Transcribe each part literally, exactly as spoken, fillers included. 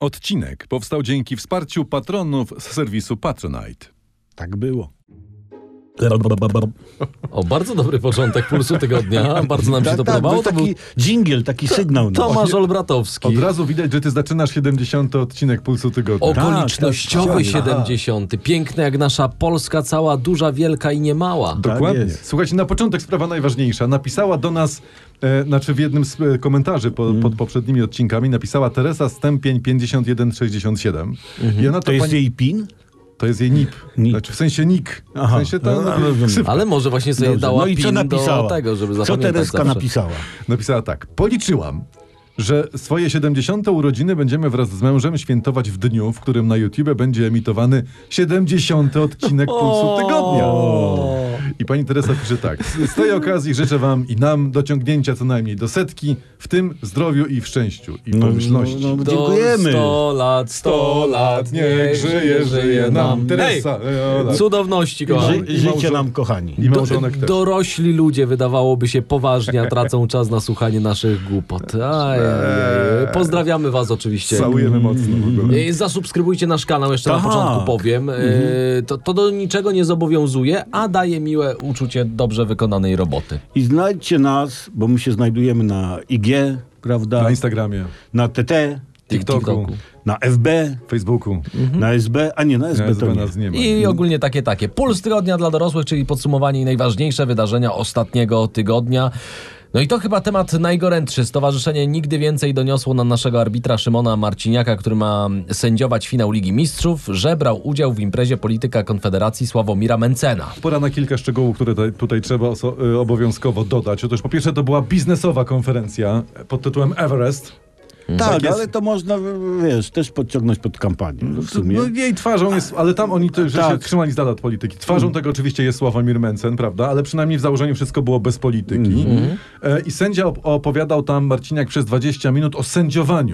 Odcinek powstał dzięki wsparciu patronów z serwisu Patronite. Tak było. O, bardzo dobry początek Pulsu Tygodnia. Bardzo nam się tak, to tak, podobało. To To taki był dżingiel, taki sygnał. Tomasz Właśnie- Olbratowski. Od razu widać, że ty zaczynasz siedemdziesiąty odcinek Pulsu Tygodnia. Okolicznościowy tak, tak. siedemdziesiąty. Piękny jak nasza Polska, cała, duża, wielka i niemała. Dokładnie. jest. Słuchajcie, na początek sprawa najważniejsza. Napisała do nas, e, znaczy w jednym z e, komentarzy po, pod poprzednimi odcinkami, napisała Teresa Stępień pięćdziesiąt jeden sześćdziesiąt siedem. I ona to, To jest pani, jej pin? to jest jej N I P. Nip. Znaczy w sensie N I K. W Aha. sensie to No, rozumiem. ksywka. Ale może właśnie sobie Dobrze. dała No i co pin napisała? do tego, żeby Co zapamiętać Tereska zawsze. napisała? Napisała tak. Policzyłam, że swoje siedemdziesiąte urodziny będziemy wraz z mężem świętować w dniu, w którym na YouTube będzie emitowany siedemdziesiąty odcinek Pulsu Tygodnia. I pani Teresa pisze tak. Z z tej okazji życzę wam i nam dociągnięcia co najmniej do setki, w tym zdrowiu i w szczęściu i pomyślności. no, no, Do Dziękujemy. sto lat, sto lat, niech żyje, żyje nam. Teresa. Hej, cudowności, kochani. Ży, życie nam, kochani. I małżonek też. Dorośli ludzie, wydawałoby się, poważnie, a tracą czas na słuchanie naszych głupot. Aj, aj, aj. Pozdrawiamy was oczywiście. Całujemy mocno w ogóle. E, Zasubskrybujcie nasz kanał, jeszcze Tak. na początku powiem. E, To, to do niczego nie zobowiązuje, a daje miłe uczucie dobrze wykonanej roboty. I znajdźcie nas, bo my się znajdujemy na I G, prawda? Na Instagramie, Na T T, TikToku, na F B, Facebooku. na S B, a nie, na S B Nie, to nie. nas nie ma. I ogólnie takie, takie. Puls tygodnia dla dorosłych, czyli podsumowanie i najważniejsze wydarzenia ostatniego tygodnia. No i to chyba temat najgorętszy. Stowarzyszenie Nigdy Więcej doniosło na naszego arbitra Szymona Marciniaka, który ma sędziować finał Ligi Mistrzów, że brał udział w imprezie polityka Konfederacji Sławomira Mencena. Pora na kilka szczegółów, które tutaj, tutaj trzeba oso- y, obowiązkowo dodać. Otóż po pierwsze to była biznesowa konferencja pod tytułem Everest. Tak, jest. ale to można, wiesz, też podciągnąć pod kampanię. No w sumie. No jej twarzą jest, ale tam oni to, że Tak. się trzymali z dala od polityki. Twarzą tego oczywiście jest Sławomir Mencen, prawda? Ale przynajmniej w założeniu wszystko było bez polityki. E, I sędzia op- opowiadał tam, Marciniak, przez dwadzieścia minut o sędziowaniu.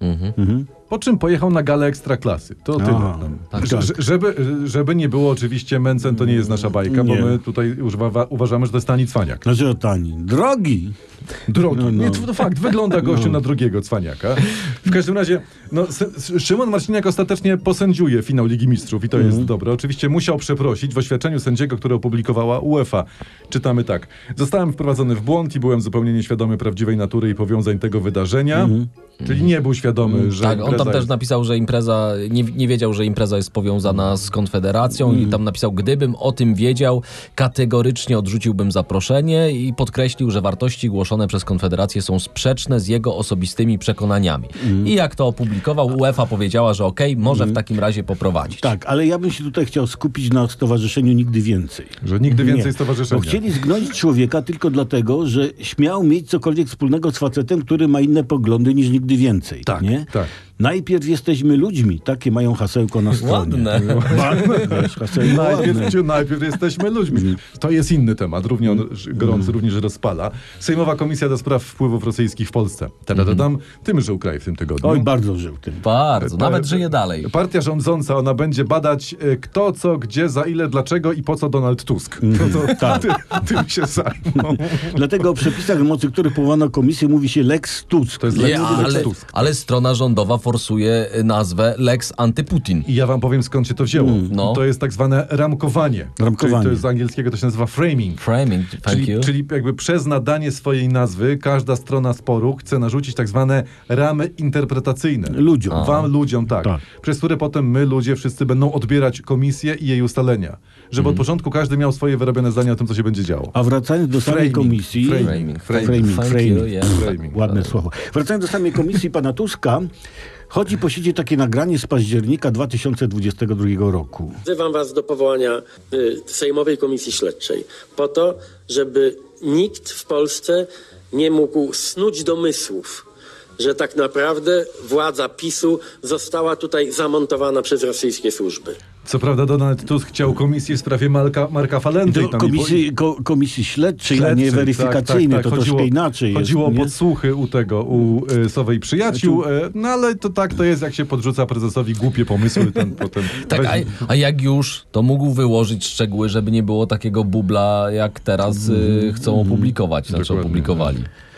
Po czym pojechał na galę Ekstraklasy. To tyle. Aha. Tak, Że- że- żeby, żeby nie było oczywiście, Mencen to nie jest nasza bajka, bo Nie. my tutaj używa, uważamy, że to jest tani cwaniak. Znaczy o tani. Drogi. Drogi. No, no. Nie, to, to fakt, wygląda gościu na drugiego cwaniaka. W każdym razie, no, S- S- Szymon Marciniak ostatecznie posędziuje finał Ligi Mistrzów i to jest dobre. Oczywiście musiał przeprosić. W oświadczeniu sędziego, które opublikowała UEFA, czytamy tak. Zostałem wprowadzony w błąd i byłem zupełnie nieświadomy prawdziwej natury i powiązań tego wydarzenia. Czyli nie był świadomy, że Tak, on impreza tam też jest... napisał, że impreza, nie, nie wiedział, że impreza jest powiązana z Konfederacją i tam napisał, gdybym o tym wiedział, kategorycznie odrzuciłbym zaproszenie i podkreślił, że wartości głoszone przez Konfederację są sprzeczne z jego osobistymi przekonaniami. I jak to opublikował, UEFA powiedziała, że okej, może w takim razie poprowadzić. Tak, ale ja bym się tutaj chciał skupić na stowarzyszeniu Nigdy Więcej. Że nigdy więcej Nie, stowarzyszenia. Bo chcieli zgnąć człowieka tylko dlatego, że śmiał mieć cokolwiek wspólnego z facetem, który ma inne poglądy niż Nigdy Więcej. Tak, nie? tak. Najpierw jesteśmy ludźmi. Takie mają hasełko na stronie. Ładne. Ładne. Wiesz, hasełko ładne. Najpierw, najpierw jesteśmy ludźmi. To jest inny temat, równie on, gorący, również rozpala. Sejmowa Komisja do Spraw Wpływów Rosyjskich w Polsce. Tadadadam, tym żył kraj w tym tygodniu. Oj, bardzo żył tym. Bardzo, Pa- nawet żyje dalej. Partia rządząca, ona będzie badać e, kto, co, gdzie, za ile, dlaczego i po co Donald Tusk. No to tak. ty, tym się zajmą. Dlatego o przepisach, w mocy których powołano komisję, mówi się Lex Tusk. To jest Nie, Lex ale, Tusk. ale strona rządowa forsuje nazwę Lex Antyputin. I ja wam powiem, skąd się to wzięło. no. To jest tak zwane ramkowanie. Ramkowanie. Czyli to jest z angielskiego, to się nazywa framing. Framing, thank Czyli, you. czyli jakby przez nadanie swojej nazwy każda strona sporu chce narzucić tak zwane ramy interpretacyjne. Ludziom. Wam, ludziom, tak. Tak. Przez które potem my, ludzie, wszyscy będą odbierać komisję i jej ustalenia. Żeby od początku każdy miał swoje wyrobione zdanie o tym, co się będzie działo. A wracając do samej Framing, komisji... framing, Framing, Framing, thank framing. you, yeah. Framing. Ładne słowo. Wracając do samej komisji pana Tuska, chodzi po sieci takie nagranie z października dwa tysiące dwudziestego drugiego roku. Wzywam was do powołania y, Sejmowej Komisji Śledczej po to, żeby nikt w Polsce nie mógł snuć domysłów, że tak naprawdę władza PiSu została tutaj zamontowana przez rosyjskie służby. Co prawda Donald Tusk chciał komisję w sprawie Marka, Marka Falenty. i Do tam komisji, ko, komisji śledczej, a nie Śledczej, weryfikacyjnej, tak, tak, to tak. troszkę inaczej Chodziło jest. o nie? podsłuchy u tego, u y, Sowej Przyjaciół, y, no ale to tak to jest, jak się podrzuca prezesowi głupie pomysły, ten potem... Tak, a, a jak już, to mógł wyłożyć szczegóły, żeby nie było takiego bubla, jak teraz y, chcą opublikować, znaczy Dokładnie. opublikowali.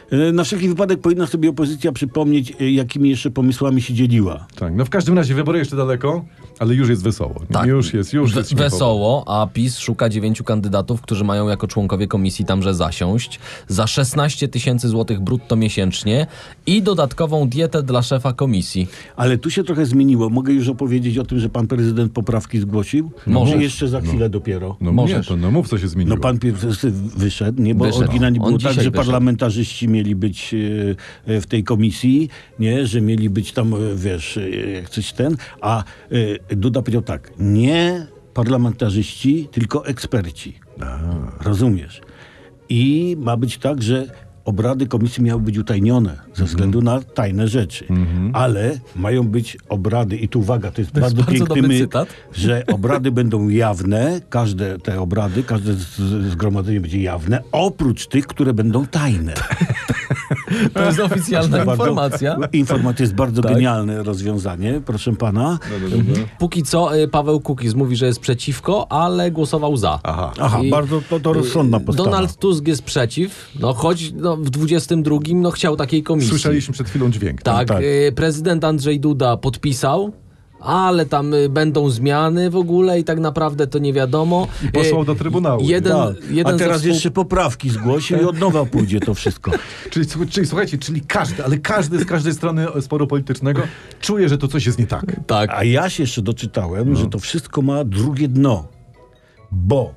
Na wszelki wypadek powinna sobie opozycja przypomnieć, jakimi jeszcze pomysłami się dzieliła. Tak, no w każdym razie wybory jeszcze daleko, ale już jest wesoło. Tak. Już jest, już jest We- śmiechowo. Wesoło, a PiS szuka dziewięciu kandydatów, którzy mają jako członkowie komisji tamże zasiąść za szesnaście tysięcy złotych brutto miesięcznie i dodatkową dietę dla szefa komisji. Ale tu się trochę zmieniło. Mogę już opowiedzieć o tym, że pan prezydent poprawki zgłosił? Możesz. Czy jeszcze za chwilę dopiero? No Możesz. nie, to no mów, co się zmieniło. No pan pierwszy wyszedł, nie? Bo Wyszedł. oryginalnie On było dzisiaj tak, że wyszedł. parlamentarzyści mieli być e, e, w tej komisji, nie? Że mieli być tam, e, wiesz, e, jak coś ten, a e, Duda powiedział tak, nie parlamentarzyści, tylko eksperci. Rozumiesz? I ma być tak, że obrady komisji miały być utajnione ze względu na tajne rzeczy. Ale mają być obrady, i tu uwaga, to jest To jest bardzo, bardzo piękny dobry myk, cytat. że obrady będą jawne, każde te obrady, każde z- z- zgromadzenie będzie jawne, oprócz tych, które będą tajne. To jest oficjalna To bardzo- informacja. Informacja jest bardzo Tak. genialne rozwiązanie, proszę pana. No, no, no, no. Póki co y, Paweł Kukiz mówi, że jest przeciwko, ale głosował za. Aha. Aha, I- bardzo to, to rozsądna postawa. Donald Tusk jest przeciw, no choć no, w dwudziestym drugim no, chciał takiej komisji. Słyszeliśmy przed chwilą dźwięk. Tak, Tak. y, prezydent Andrzej Duda podpisał, ale tam y, będą zmiany w ogóle i tak naprawdę to nie wiadomo. I posłał Y, do Trybunału. Jeden, Tak. jeden A ze teraz współ- jeszcze poprawki zgłosił i od nowa pójdzie to wszystko. Czyli, słuch- czyli słuchajcie, czyli każdy, ale każdy z każdej strony sporu politycznego czuje, że to coś jest nie tak. Tak. A ja się jeszcze doczytałem, że to wszystko ma drugie dno, bo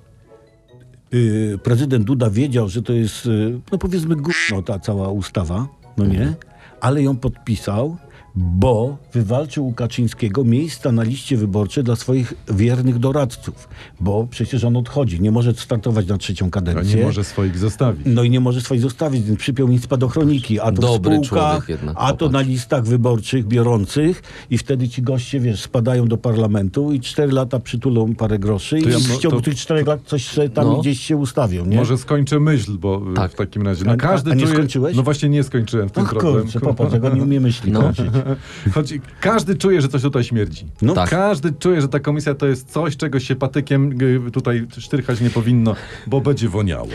yy, prezydent Duda wiedział, że to jest, yy, no powiedzmy, gówno ta cała ustawa, no nie? Ale ją podpisał, bo wywalczył u Kaczyńskiego miejsca na liście wyborczej dla swoich wiernych doradców, bo przecież on odchodzi, nie może startować na trzecią A kadencję. nie może swoich zostawić. No i nie może swoich zostawić, więc przypiął im spadochroniki, a to Dobry w spółkach, człowiek jednak, a to popatrz. na listach wyborczych biorących i wtedy ci goście, wiesz, spadają do parlamentu i cztery lata przytulą parę groszy To i ja w mo- ciągu to- tych czterech lat coś sobie tam No. gdzieś się ustawią, nie? Może skończę myśl, bo y, Tak. w takim razie. No A- każdy a nie czuje... skończyłeś? No właśnie nie skończyłem w tym Ach problem. kurczę, popatrz, tego nie umie myśli No. kończyć. Chodzi, każdy czuje, że coś tutaj śmierdzi. No. Tak. Każdy czuje, że ta komisja to jest coś, czego się patykiem y, tutaj sztyrchać nie powinno, bo będzie woniało.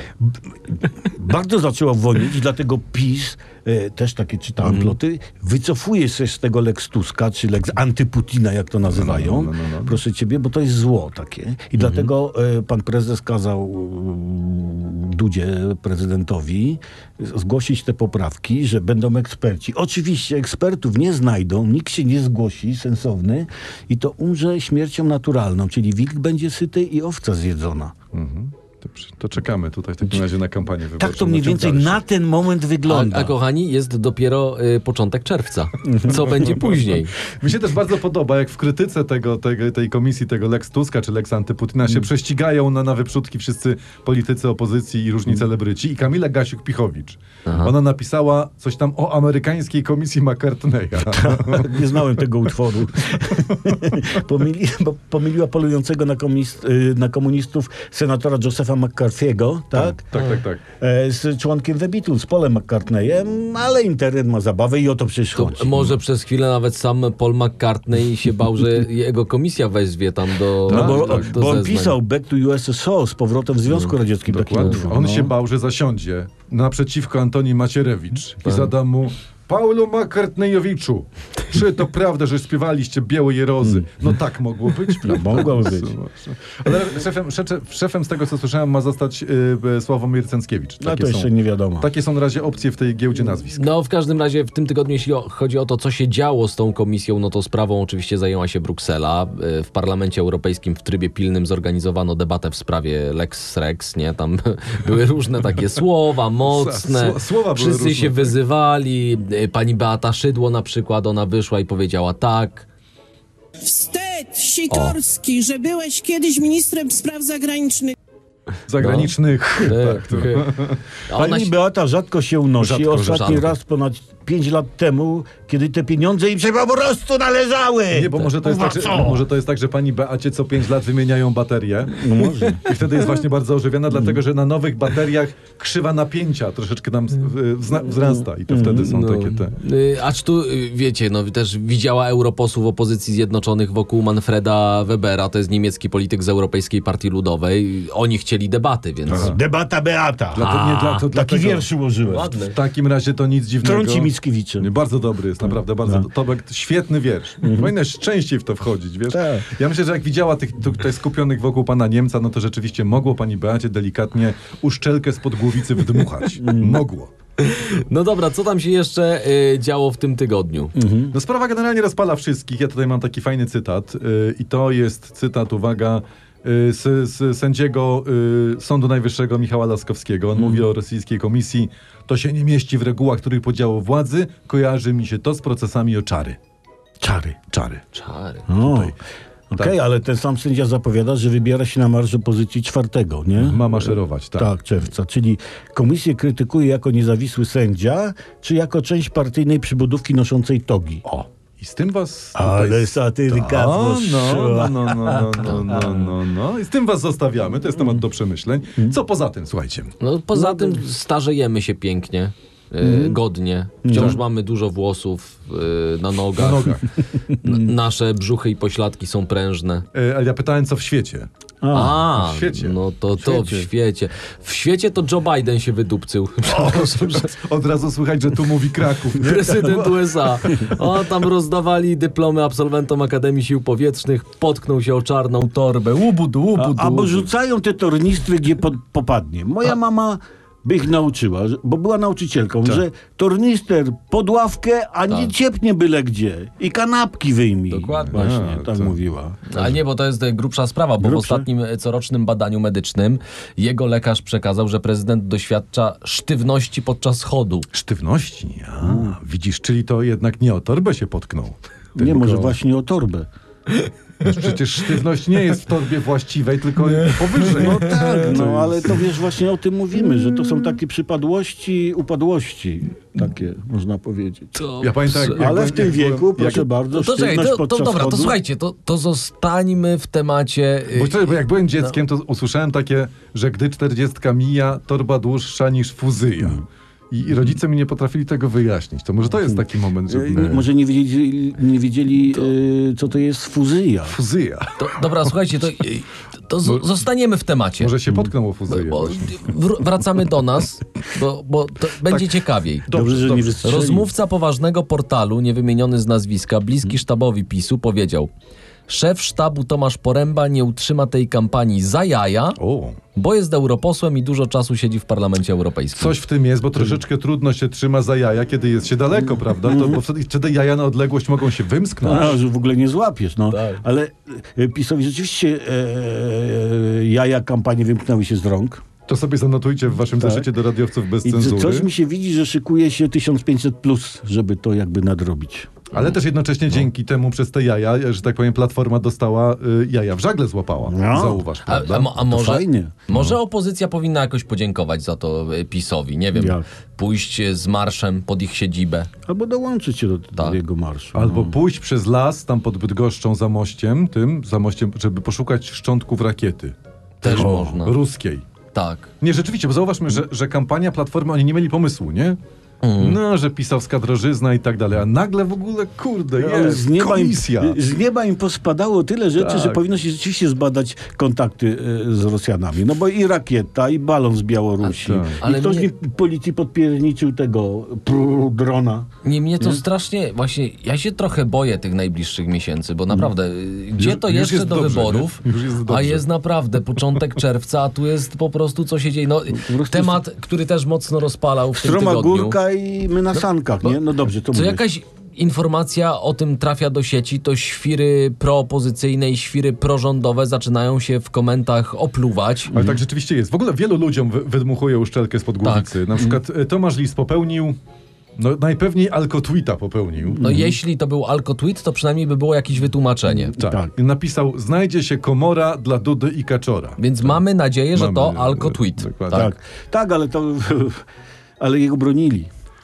Bardzo zaczęło wonić i dlatego PiS, e, też takie czytałem Mhm. ploty, wycofuje się z tego Lex Tuska, czy Lex Antyputina, jak to nazywają, No, no, no, no, no. proszę ciebie, bo to jest zło takie. I Mhm. dlatego e, pan prezes kazał e, Dudzie, prezydentowi, zgłosić te poprawki, że będą eksperci. Oczywiście ekspertów nie znajdą, nikt się nie zgłosi, sensowny, i to umrze śmiercią naturalną, czyli wilk będzie syty i owca zjedzona. Mhm. To, przy- to czekamy tutaj w takim razie na kampanię wyborczą. Tak to mniej na ciąg więcej dalszy. na ten moment A, wygląda. a kochani, jest dopiero y, początek czerwca. Co będzie później? Mi się też bardzo podoba, jak w krytyce tego, tego, tej komisji, tego Lex Tuska czy Lex Antyputina się prześcigają na, na wyprzódki wszyscy politycy opozycji i różni celebryci. I Kamila Gasiuk-Pichowicz. Ona napisała coś tam o amerykańskiej komisji McCartneya. Nie znałem tego utworu. Pomyli, bo pomyliła polującego na, komunist, y, na komunistów senatora Josepha McCarthy'ego, tak? Tak, tak, tak. E, Z członkiem The Beatles, Paulem McCartneyem, ale internet ma zabawę i o to przecież To chodzi. może przez chwilę nawet sam Paul McCartney się bał, że jego komisja wezwie tam do, No bo, do, do bo on zeznań. pisał Back to U S S R, z powrotem w Związku Radzieckim. taki Dokładnie. utwór, On no. się bał, że zasiądzie naprzeciwko Antoni Macierewicz Tak. i zada mu: Paulo McCartneyowiczu, czy to prawda, że śpiewaliście Białe Jerozy? No tak mogło być, prawda? mogło być. Ale szefem, szefem, szefem z tego, co słyszałem, ma zostać y, Sławomir Cęckiewicz. No to jeszcze nie wiadomo. Takie są na razie opcje w tej giełdzie nazwisk. No w każdym razie w tym tygodniu, jeśli o, chodzi o to, co się działo z tą komisją, no to sprawą oczywiście zajęła się Bruksela. Y, W Parlamencie Europejskim w trybie pilnym zorganizowano debatę w sprawie Lex Rex, nie? Tam były różne takie słowa mocne. Sło- słowa były Wszyscy różne, się tak. wyzywali. Y, Pani Beata Szydło na przykład, ona wyszła i powiedziała tak. Wstyd, Sikorski, że byłeś kiedyś ministrem spraw zagranicznych. Zagranicznych. Tak, to... A ona Pani się... Beata rzadko się unosi. Rzadko, Ostatni rzadko. raz ponad pięć lat temu kiedy te pieniądze im się po prostu należały. Nie, bo może to, jest tak, że, Co? może to jest tak, że pani Beacie co pięć lat wymieniają baterie. No może. I wtedy jest właśnie bardzo ożywiona, dlatego że na nowych bateriach krzywa napięcia troszeczkę nam wzna- wzrasta i to wtedy są No. takie te... Y, Acz tu, y, wiecie, no też widziała europosłów opozycji zjednoczonych wokół Manfreda Webera, to jest niemiecki polityk z Europejskiej Partii Ludowej. Oni chcieli debaty, więc... Debata Beata. Dla, to, nie, dla, to, Taki dlatego, wiersz ułożyłem. Ładny. W takim razie to nic dziwnego. Trąci Mickiewiczem. Nie, bardzo dobry jest, naprawdę bardzo. No. Tomek, świetny wiersz. Powinnaś częściej w to wchodzić, wiesz? Tak. Ja myślę, że jak widziała tych tutaj skupionych wokół pana Niemca, no to rzeczywiście mogło pani Beacie delikatnie uszczelkę spod głowicy wydmuchać. Mogło. No dobra, co tam się jeszcze y, działo w tym tygodniu? No sprawa generalnie rozpala wszystkich. Ja tutaj mam taki fajny cytat yy, i to jest cytat, uwaga, yy, z, z sędziego yy, Sądu Najwyższego Michała Laskowskiego. On mówi o rosyjskiej komisji. To się nie mieści w regułach których władzy. Kojarzy mi się to z procesami o czary. Czary. Czary. Czary. No. Tutaj. Okej, Tak. ale ten sam sędzia zapowiada, że wybiera się na marsz opozycji czwartego, nie? Ma maszerować, tak. Tak, czerwca. Czyli komisję krytykuje jako niezawisły sędzia, czy jako część partyjnej przybudówki noszącej togi? O, i z tym was... tutaj- Ale satyryka O, poszła. no, no, no, no, no, no, no, no. I z tym was zostawiamy. To jest temat do przemyśleń. Co poza tym, słuchajcie. No poza tym starzejemy się pięknie, y, godnie. Wciąż mamy dużo włosów y, na nogach. Na nogach. N- nasze brzuchy i pośladki są prężne. E, ale ja pytałem, co w świecie. A, w świecie. no to, to w świecie. świecie. W świecie to Joe Biden się wydupcył. Przepraszam, że Od razu słychać, że tu mówi Kraków. Nie? prezydent U S A. O, tam rozdawali dyplomy absolwentom Akademii Sił Powietrznych, potknął się o czarną torbę. Łubudu, łubudu. A, albo łubudu. rzucają te tornistry, gdzie pod, popadnie. Moja mama by ich nauczyła, że- bo była nauczycielką, Tak. że tornister pod ławkę, a nie Tak. ciepnie byle gdzie. I kanapki wyjmij. Dokładnie. Właśnie, A, tak to- mówiła. A nie, bo to jest e, grubsza sprawa, bo Grubsza? w ostatnim e, corocznym badaniu medycznym jego lekarz przekazał, że prezydent doświadcza sztywności podczas chodu. Sztywności. A, widzisz, czyli to jednak nie o torbę się potknął. Nie, Tylko- może właśnie o torbę. Wiesz, przecież sztywność nie jest w torbie właściwej, tylko powyżej. No tak, To no jest- ale to wiesz, właśnie o tym mówimy, że to są takie przypadłości, upadłości. Takie, można powiedzieć. To Ja pamiętam, jak, jak Ale byłem- w tym jak byłem- wieku, proszę jak, bardzo, No to czekaj, sztywność to, to podczas dobra, to chodu. słuchajcie, to, to zostańmy w temacie... y, Bo, wtedy, bo jak byłem dzieckiem, to usłyszałem takie, że gdy czterdziestka mija, torba dłuższa niż fuzyja. I, I rodzice mi nie potrafili tego wyjaśnić. To może to jest taki moment, E, żeby... nie- Może nie wiedzieli, nie wiedzieli e, co to jest fuzyja. Fuzyja. To, dobra, słuchajcie, to, y, to z, zostaniemy w temacie. Może się potknął o fuzyję bo właśnie. wr- wracamy do nas, bo, bo to będzie ciekawiej. Dobrze, że nie wystrzeli. Rozmówca poważnego portalu, niewymieniony z nazwiska, bliski sztabowi PiSu, powiedział: szef sztabu Tomasz Poręba nie utrzyma tej kampanii za jaja, O, bo jest europosłem i dużo czasu siedzi w Parlamencie Europejskim. coś w tym jest, bo troszeczkę trudno się trzyma za jaja, kiedy jest się daleko, prawda? To, bo wtedy, wtedy jaja na odległość mogą się wymsknąć. A, że w ogóle nie złapiesz, no. Tak. Ale e, PiS-owi rzeczywiście e, jaja kampanii wymknęły się z rąk. To sobie zanotujcie w waszym Tak. zeszycie do radiowców bez I co, cenzury. coś mi się widzi, że szykuje się tysiąc pięćset plus, żeby to jakby nadrobić. Ale też jednocześnie dzięki temu przez te jaja, że tak powiem, Platforma dostała y, jaja w żagle złapała. No. Zauważ, A, prawda? a, mo- a może, fajnie. może opozycja powinna jakoś podziękować za to y, PiSowi, nie wiem, Jak? pójść y, z marszem pod ich siedzibę. Albo dołączyć się do, do Tak. jego marszu. Albo no. pójść przez las, tam pod Bydgoszczą za mościem, tym, za mościem, żeby poszukać szczątków rakiety. Też O, można. Ruskiej. Tak. Nie, rzeczywiście, bo zauważmy, że, że kampania Platformy, oni nie mieli pomysłu, nie? Mm. No, że pisowska drożyzna i tak dalej, a nagle w ogóle, kurde, Ale jest z nieba, im, komisja. z nieba im pospadało tyle rzeczy, Tak. że powinno się rzeczywiście zbadać kontakty e, z Rosjanami. No bo i rakieta, i balon z Białorusi. A, tak. I Ale ktoś mnie- mi policji podpierniczył tego prr, drona. Nie, mnie to strasznie, właśnie, ja się trochę boję tych najbliższych miesięcy, bo naprawdę, y, gdzie Już- to już jeszcze jest do dobrze, wyborów, nie? Już jest a dobrze. jest naprawdę początek czerwca, a tu jest po prostu co się dzieje. No, prostu temat, który też mocno rozpalał w tym Stroma tygodniu. górka i my na sankach, nie? No dobrze, to Co mówię. jakaś informacja o tym trafia do sieci, to świry proopozycyjne i świry prorządowe zaczynają się w komentach opluwać. Ale tak rzeczywiście jest. W ogóle wielu ludziom wy- wydmuchuje uszczelkę spod głowicy. Tak. Na przykład y, Tomasz Lis popełnił, no najpewniej alkotweeta popełnił. No jeśli to był alkotweet, to przynajmniej by było jakieś wytłumaczenie. Tak. Tak. I napisał, znajdzie się komora dla Dudy i Kaczora. Więc mamy nadzieję, że Mamy, to e, alkotweet. dokładnie. Tak, tak, ale to... ale jego bronili.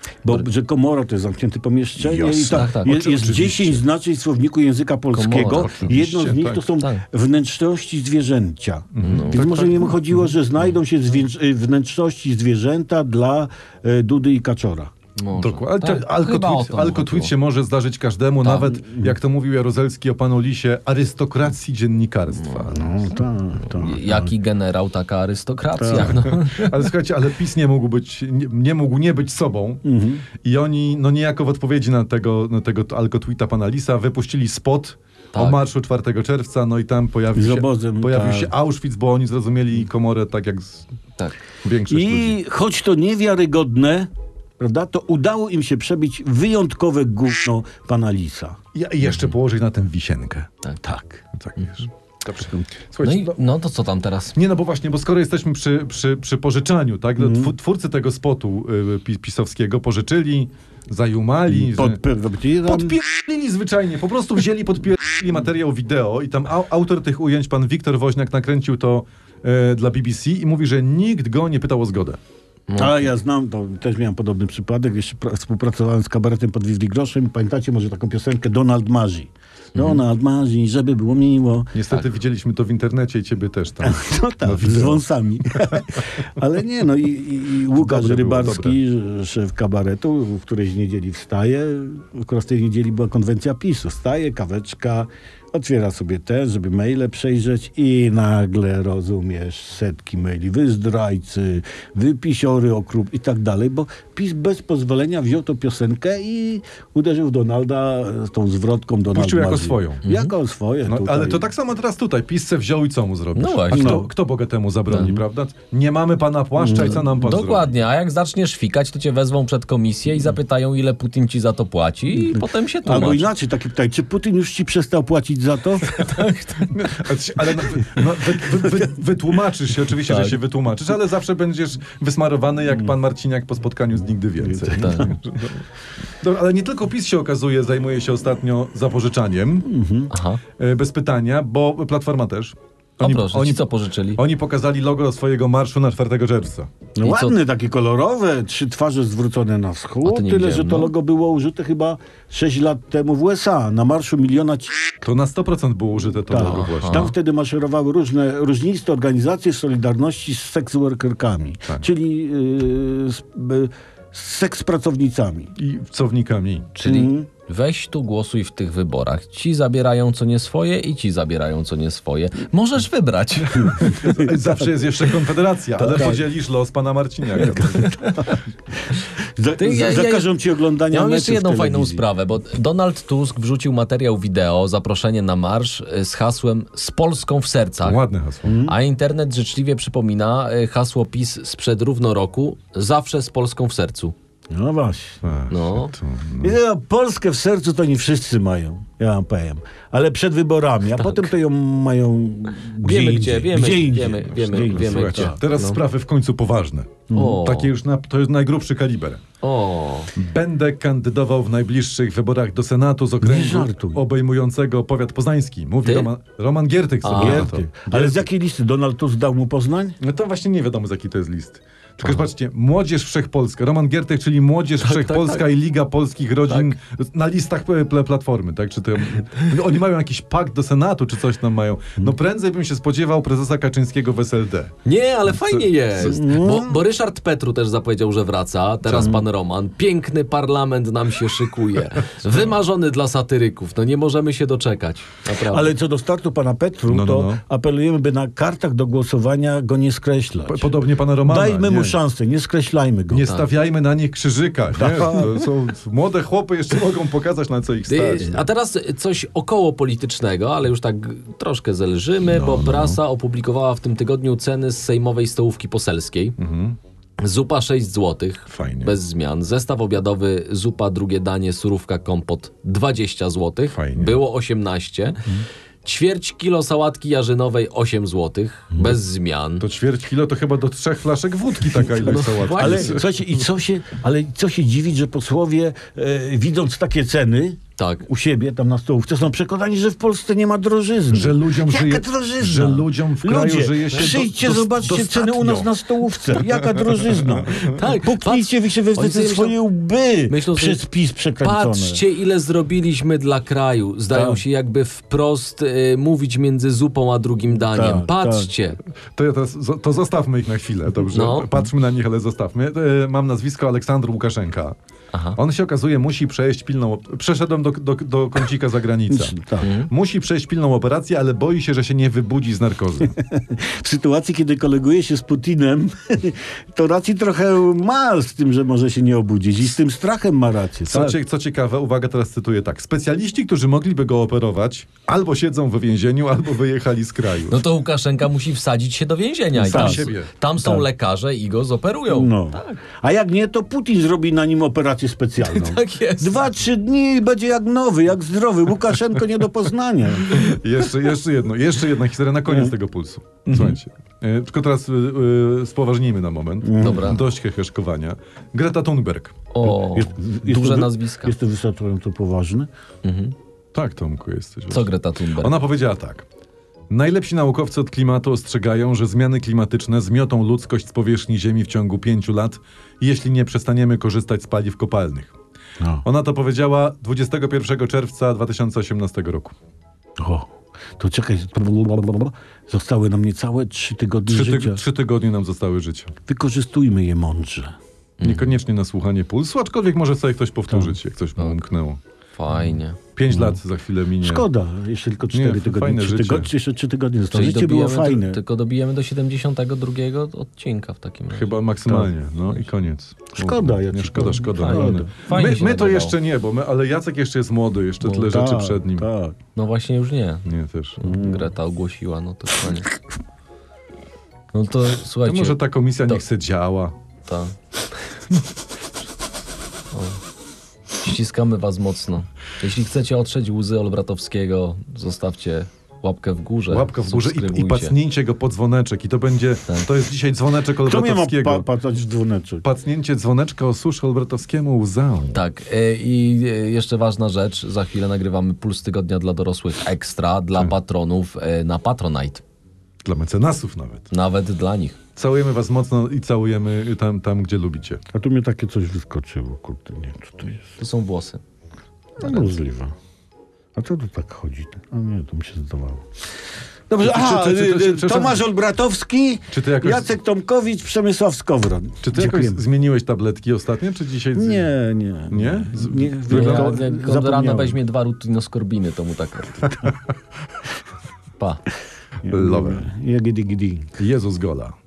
Bo że komora to jest zamknięte pomieszczenie Jasne. i tam Tak, tak. jest, Oczy- jest oczywiście. dziesięć znaczeń w słowniku języka polskiego. Komora, Jedno z oczywiście, nich tak. to są Tak. wnętrzności zwierzęcia. Więc Tak, może tak. im chodziło, że znajdą się zwię- y, wnętrzności zwierzęta dla e, Dudy i Kaczora. Może. Dokładnie. Tak, Alko chyba o tweet, to mu alko tweet chodziło. się może zdarzyć każdemu, Tak. nawet, jak to mówił Jaruzelski o panu Lisie, arystokracji dziennikarstwa. No tak, tak. Jaki generał, taka arystokracja. Tak. No. Ale słuchajcie, ale PiS nie mógł być, nie, nie mógł nie być sobą i oni, no niejako w odpowiedzi na tego, na tego alko tweeta pana Lisa wypuścili spot o Tak. marszu czwartego czerwca, no i tam pojawił Z się, obozem, pojawił tak. się Auschwitz, bo oni zrozumieli Komorę tak jak z, Tak. większość ludzi. I choć to niewiarygodne, prawda, to udało im się przebić wyjątkowe gówno pana Lisa. I, I jeszcze położyć na tym wisienkę. Tak. Tak. Tak, wiesz. Dobrze. No, Słuchajcie, i, no, no to co tam teraz? nie, no bo właśnie, bo skoro jesteśmy przy, przy, przy pożyczaniu, tak? Mhm. Tw- twórcy tego spotu y, pi- pisowskiego pożyczyli, zajumali, że... Pod, Podpierdzili zwyczajnie, po prostu wzięli, podpierdzili materiał wideo i tam au, autor tych ujęć, pan Wiktor Woźniak, nakręcił to e, dla B B C i mówi, że nikt go nie pytał o zgodę. A ja znam, to też miałem podobny przypadek, jeszcze pra- współpracowałem z kabaretem pod Wizli Groszem. Pamiętacie może taką piosenkę Donald Marzy? Donald Marzy, żeby było miło. Niestety widzieliśmy to w internecie i ciebie też tam. No tak, No, z wideo. wąsami. Ale nie, no i, i, i Łukasz Dobre było, Rybarski, szef kabaretu, w którejś niedzieli wstaje, akurat w tej niedzieli była konwencja PiSu, wstaje, kaweczka, otwiera sobie te, żeby maile przejrzeć i nagle, rozumiesz, setki maili, wy zdrajcy, wy pisiory okrub i tak dalej, bo PiS bez pozwolenia wziął tą piosenkę i uderzył w Donalda z tą zwrotką Donald Puścił jako Marzy. swoją. Jako swoje No, tutaj. ale to tak samo teraz tutaj. PiS se wziął i co mu zrobisz? No właśnie. A kto, No. kto bogatemu zabroni, prawda? Nie mamy pana płaszcza i co nam pan zrobi? Dokładnie, a jak zaczniesz fikać, to cię wezwą przed komisję i zapytają, ile Putin ci za to płaci i potem się Albo tłumacz. inaczej, takie pytanie, czy Putin już ci przestał płacić za to? Ale no, no, wy, wy, wy, wytłumaczysz się, oczywiście, Tak. że się wytłumaczysz, ale zawsze będziesz wysmarowany jak pan Marciniak po spotkaniu z Nigdy Więcej. Tak. No, ale nie tylko PiS się okazuje, zajmuje się ostatnio zapożyczaniem, Aha. e, bez pytania, bo Platforma też. O proszę, oni, ci co pożyczyli? oni pokazali logo swojego marszu na czwartego czerwca. No I co- ładne, takie kolorowe, trzy twarze zwrócone na A wschód, to nie tyle, widziałem, że to no. logo było użyte chyba sześć lat temu w U S A, na marszu miliona ci... To na sto procent było użyte to Tak. logo właśnie. Tam wtedy maszerowały różne, różniste organizacje Solidarności z seks workerkami, Tak. czyli yy, z, y, z seks pracownicami. I wcownikami. Czyli Mhm. weź tu głosuj w tych wyborach. Ci zabierają co nie swoje i ci zabierają co nie swoje. Możesz wybrać. Zawsze jest jeszcze Konfederacja, ale Tak. podzielisz los pana Marciniaka. Za, Ty, ja- za- ja- zakażą ci oglądania Ja mam meczów jeszcze jedną w fajną telewizji. sprawę, bo Donald Tusk wrzucił materiał wideo, zaproszenie na marsz y, z hasłem "Z Polską w sercach". Ładne hasło. A internet życzliwie przypomina y, hasło PiS sprzed równo roku "Zawsze z Polską w sercu". No właśnie. No. To, I no, Polskę w sercu to nie wszyscy mają, ja wam powiem. Ale przed wyborami, a potem to ją mają gdzie Wiemy indziej. gdzie, wiemy, gdzie indziej. wiemy, wiemy, Gdzie indziej. wiemy Słuchajcie, gdzie. teraz No. sprawy w końcu poważne. O. Takie już na, to jest najgrubszy kaliber. O, Będę kandydował w najbliższych wyborach do Senatu z Nie okręgu żartuj. obejmującego powiat poznański. Mówi Ty? Roman, Roman Giertych. A. sobie na to. Gierty. Ale z jakiej listy Donald Tusk dał mu Poznań? No to właśnie nie wiadomo, z jaki to jest list. Tylko zobaczcie, Młodzież Wszechpolska, Roman Giertych, czyli Młodzież Wszechpolska tak. i Liga Polskich Rodzin na listach ple, ple, Platformy, tak? Czy to, oni mają jakiś pakt do Senatu, czy coś tam mają. No prędzej bym się spodziewał prezesa Kaczyńskiego w S L D. nie, ale fajnie jest. No. Bo, bo Ryszard Petru też zapowiedział, że wraca. Teraz pan Roman. Piękny parlament nam się szykuje. Wymarzony dla satyryków. No nie możemy się doczekać. Naprawdę. Ale co do startu pana Petru, No, no, to no. apelujemy, by na kartach do głosowania go nie skreślać. P- Podobnie pana Romana. Dajmy mu nie. szansę, nie skreślajmy go. Nie stawiajmy na nich krzyżyka. Nie? Tak. To są, młode chłopy jeszcze mogą pokazać, na co ich stać. Y, A teraz coś około politycznego, ale już tak troszkę zelżymy, bo prasa opublikowała w tym tygodniu ceny z sejmowej stołówki poselskiej. Zupa sześć złotych, Fajnie. bez zmian. Zestaw obiadowy, zupa, drugie danie, surówka, kompot dwadzieścia złotych. Fajnie. Było osiemnaście. Ćwierć kilo sałatki jarzynowej osiem złotych, bez zmian. To ćwierć kilo to chyba do trzech flaszek wódki taka ilość sałatki. właśnie. Ale co się, i co się, ale co się dziwić, że posłowie, e, widząc takie ceny, Tak. u siebie tam na stołówce są przekonani, że w Polsce nie ma drożyzny. Że ludziom Jaka żyje- drożyzna? że ludziom w kraju Ludzie, żyje się do- przyjdźcie, do- zobaczcie ceny u nas dostatnio. na stołówce. Jaka drożyzna. Tak, Puknijcie wy się we oni sobie te swoje łby myślą sobie, przez PiS przekręcone. Patrzcie, ile zrobiliśmy dla kraju. Zdają Tak. się jakby wprost y, mówić między zupą a drugim daniem. Tak, Patrzcie. To, ja teraz, to zostawmy ich na chwilę, dobrze? No. Patrzmy na nich, ale zostawmy. E, Mam nazwisko Aleksandr Łukaszenka. Aha. On się okazuje, musi przejść pilną... Przeszedłem do, do, do kącika za granicę. Tak. Musi przejść pilną operację, ale boi się, że się nie wybudzi z narkozy. W sytuacji, kiedy koleguje się z Putinem, to racji trochę ma z tym, że może się nie obudzić i z tym strachem ma rację. Co, Tak. cie, co ciekawe, uwaga, teraz cytuję tak. Specjaliści, którzy mogliby go operować, albo siedzą w więzieniu, albo wyjechali z kraju. No to Łukaszenka musi wsadzić się do więzienia. I Sam tam, siebie. tam są Tak. lekarze i go zoperują. No. A jak nie, to Putin zrobi na nim operację specjalną. Tak jest. Dwa, trzy dni i będzie jak nowy, jak zdrowy. Łukaszenko nie do poznania. Jeszcze, jeszcze jedno, jeszcze jedna historia na koniec tego pulsu. Słuchajcie. E, tylko teraz y, y, spoważnijmy na moment. Dobra. Dość heheszkowania. Greta Thunberg. O, duże to wy- nazwiska. Jest to wystarczająco poważny? Tak, Tomku, jesteś. Co Greta Thunberg? Ona powiedziała tak. Najlepsi naukowcy od klimatu ostrzegają, że zmiany klimatyczne zmiotą ludzkość z powierzchni Ziemi w ciągu pięciu lat, jeśli nie przestaniemy korzystać z paliw kopalnych. No. Ona to powiedziała dwudziestego pierwszego czerwca dwa tysiące osiemnastego roku. O, to czekaj. Zostały nam niecałe trzy tygodnie Trzy, życia. tyg- trzy tygodnie nam zostały życia. Wykorzystujmy je mądrze. Niekoniecznie na słuchanie pulsu, aczkolwiek może sobie ktoś powtórzyć, jak coś mu umknęło. Fajnie. Pięć lat za chwilę minie. Szkoda, jeszcze tylko cztery Nie, tygodnie. fajne Trzy życie. tygodnie, jeszcze trzy tygodnie zostało. Czyli Życie było dobijemy fajne. ty- tylko dobijemy do siedemdziesiątego drugiego odcinka w takim razie. Chyba maksymalnie, no i koniec. Szkoda, ja nie, ci szkoda, powiem. szkoda. Fajnie. no, ale- Fajnie My, się my to nadawało. jeszcze nie, bo my, ale Jacek jeszcze jest młody, jeszcze Bo tyle Tak, rzeczy przed nim. Tak. No właśnie już nie. Nie, też. Greta ogłosiła, no to koniec. No to To słuchajcie. może ta komisja to- niech se działa. Ta. O. Ściskamy was mocno. Jeśli chcecie otrzeć łzy Olbratowskiego, zostawcie łapkę w górze. Łapka w górze i, i subskrybujcie. pacnięcie go po dzwoneczek. I to będzie, Tak. to jest dzisiaj dzwoneczek Kto mnie ma Olbratowskiego. pa- patać w dzwoneczek? Pacnięcie dzwoneczka osuszy Olbratowskiemu łzę. Tak, e, i e, jeszcze ważna rzecz, za chwilę nagrywamy Puls Tygodnia dla dorosłych ekstra, dla Tak. patronów e, na Patronite. Dla mecenasów nawet. Nawet dla nich. Całujemy was mocno i całujemy tam, tam gdzie lubicie. A tu mnie takie coś wyskoczyło, kurde, nie wiem, co to jest. To są włosy. No, możliwe. A co to tak chodzi? A nie, to mi się zdawało. Dobrze, Czy- a, czy- czy- czy- czy- czy- Tomasz Olbratowski, Czy ty jakoś- Jacek Tomkowicz, Przemysław Skowron. Czy ty jakoś Dziękujemy. zmieniłeś tabletki ostatnio, czy dzisiaj... z- Nie, nie. Nie? Z- nie Ja, wygląda- jak on rano zapomniałem. weźmie dwa rutinoskorbiny, to mu tak... Pa. Nie, Lover. nie, nie, gidi, gidi. Jezus Gola.